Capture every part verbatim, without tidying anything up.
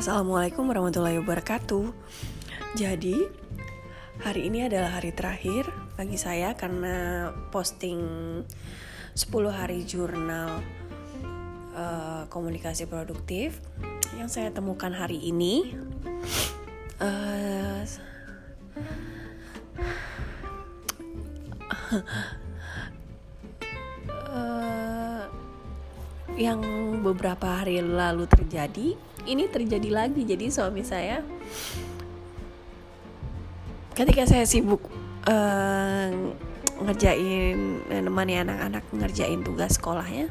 Assalamualaikum warahmatullahi wabarakatuh. Jadi hari ini adalah hari terakhir bagi saya karena posting sepuluh hari jurnal uh, komunikasi produktif yang saya temukan hari ini. uh, uh, yang beberapa hari lalu terjadi, ini terjadi lagi. Jadi suami saya ketika saya sibuk uh, ngerjain nemani anak-anak ngerjain tugas sekolahnya,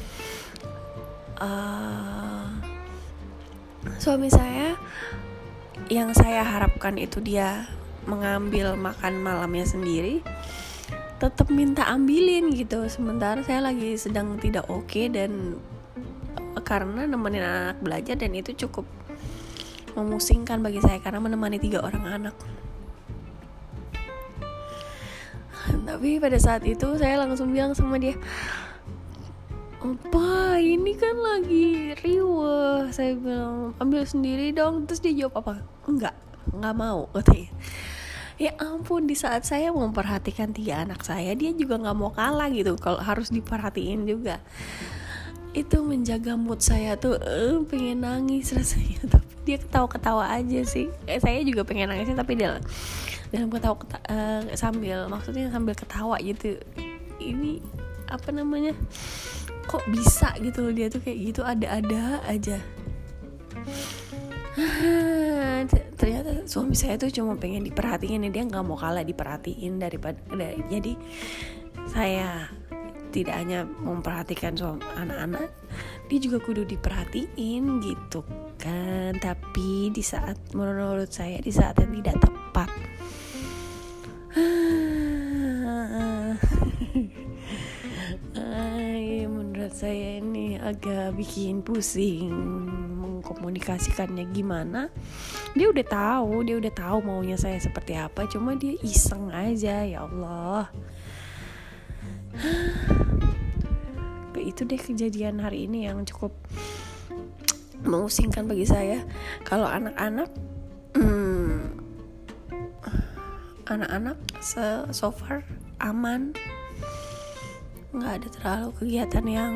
uh, suami saya yang saya harapkan itu dia mengambil makan malamnya sendiri tetap minta ambilin gitu, sementara saya lagi sedang tidak oke okay dan karena nemenin anak belajar, dan itu cukup memusingkan bagi saya karena menemani tiga orang anak. Tapi pada saat itu saya langsung bilang sama dia, "Opa, ini kan lagi riweh." Saya bilang, "Ambil sendiri dong." Terus dia jawab apa? "Enggak, enggak mau," katanya. Ya ampun, di saat saya memperhatikan tiga anak saya, dia juga gak mau kalah gitu kalau harus diperhatiin juga. Itu menjaga mood saya tuh, uh, pengen nangis rasanya. Tapi dia ketawa-ketawa aja sih. eh, Saya juga pengen nangis tapi dia dalam ketawa keta- uh, sambil maksudnya sambil ketawa gitu. Ini apa namanya, kok bisa gitu loh, dia tuh kayak gitu, ada-ada aja. Ternyata suami saya tuh cuma pengen diperhatiin, dia nggak mau kalah diperhatiin daripada dari, jadi saya tidak hanya memperhatikan suami anak-anak, dia juga kudu diperhatiin gitu kan. Tapi di saat menurut saya di saat yang tidak tepat, Ay, menurut saya ini agak bikin pusing mengkomunikasikannya gimana. Dia udah tahu, dia udah tahu maunya saya seperti apa, cuma dia iseng aja. Ya Allah. Itu deh kejadian hari ini yang cukup mengusingkan bagi saya. Kalau anak-anak, hmm, anak-anak so far aman, nggak ada terlalu kegiatan yang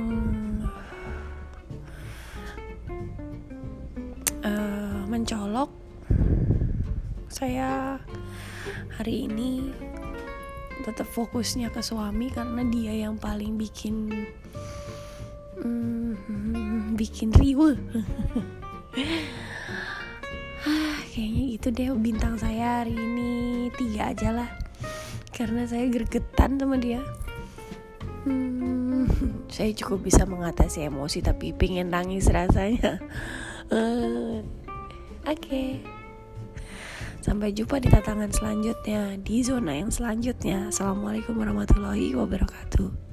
uh, mencolok. Saya hari ini tetap fokusnya ke suami karena dia yang paling bikin hmm, bikin riweh. ah, kayaknya itu deh bintang saya hari ini, tiga aja lah karena saya gregetan sama dia. Hmm, saya cukup bisa mengatasi emosi tapi pengen nangis rasanya. uh, Oke, okay. Sampai jumpa di tantangan selanjutnya, di zona yang selanjutnya. Assalamualaikum warahmatullahi wabarakatuh.